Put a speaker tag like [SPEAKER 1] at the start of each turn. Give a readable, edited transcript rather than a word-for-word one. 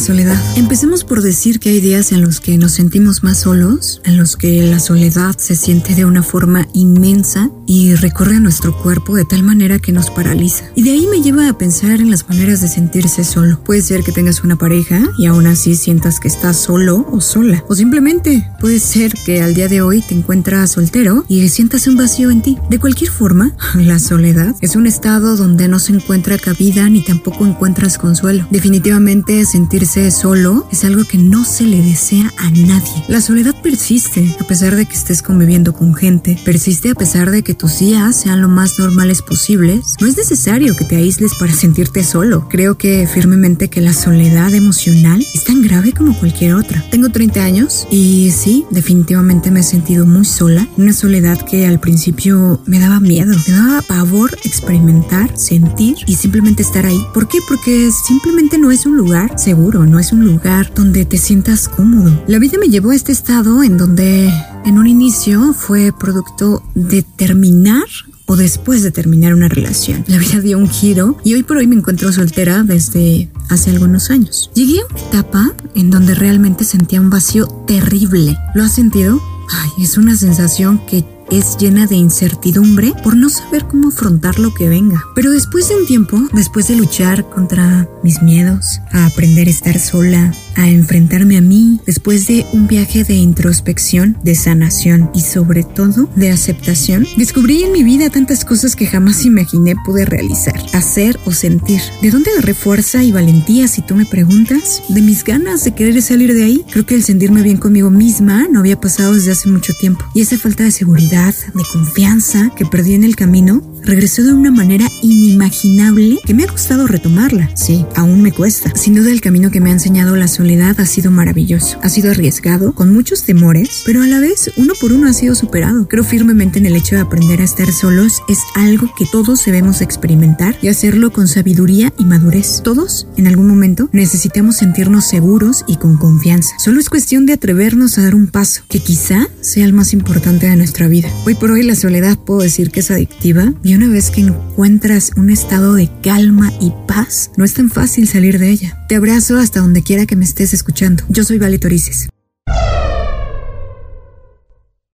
[SPEAKER 1] soledad. Empecemos por decir que hay días en los que nos sentimos más solos, en los que la soledad se siente de una forma inmensa y recorre a nuestro cuerpo de tal manera que nos paraliza. Y de ahí me lleva a pensar en las maneras de sentirse solo. Puede ser que tengas una pareja y aún así sientas que estás solo o sola. O simplemente puede ser que al día de hoy te encuentras soltero y sientas un vacío en ti. De cualquier forma, la soledad es un estado donde no se encuentra cabida ni tampoco encuentras consuelo. Definitivamente sentirse solo es algo que no se le desea a nadie. La soledad persiste a pesar de que estés conviviendo con gente, persiste a pesar de que tus días sean lo más normales posibles. No es necesario que te aísles para sentirte solo. Creo que firmemente que la soledad emocional es tan grave como cualquier otra. Tengo 30 años y sí, definitivamente me he sentido muy sola. Una soledad que al principio me daba miedo, me daba pavor experimentar, sentir y simplemente estar ahí. ¿Por qué? Porque simplemente no es un lugar seguro, no es un lugar donde te sientas cómodo. La vida me llevó a este estado en donde en un inicio fue producto de terminar o después de terminar una relación. La vida dio un giro y hoy por hoy me encuentro soltera desde hace algunos años. Llegué a una etapa en donde realmente sentía un vacío terrible. ¿Lo has sentido? Ay, es una sensación que es llena de incertidumbre por no saber cómo afrontar lo que venga. Pero después de un tiempo, después de luchar contra mis miedos, a aprender a estar sola, a enfrentarme a mí, después de un viaje de introspección, de sanación y sobre todo de aceptación, descubrí en mi vida tantas cosas que jamás imaginé poder realizar, hacer o sentir. ¿De dónde agarré fuerza y valentía, si tú me preguntas? De mis ganas de querer salir de ahí. Creo que el sentirme bien conmigo misma no había pasado desde hace mucho tiempo. Y esa falta de seguridad, de confianza que perdí en el camino, regresó de una manera inimaginable que me ha costado retomarla. Sí, aún me cuesta. Sin duda el camino que me ha enseñado la soledad ha sido maravilloso. Ha sido arriesgado, con muchos temores, pero a la vez uno por uno ha sido superado. Creo firmemente en el hecho de aprender a estar solos. Es algo que todos debemos experimentar y hacerlo con sabiduría y madurez. Todos, en algún momento, necesitamos sentirnos seguros y con confianza. Solo es cuestión de atrevernos a dar un paso, que quizá sea el más importante de nuestra vida. Hoy por hoy la soledad puedo decir que es adictiva y una vez que encuentras un estado de calma y paz, no es tan fácil salir de ella. Te abrazo hasta donde quiera que me estés escuchando. Yo soy Vale Torices.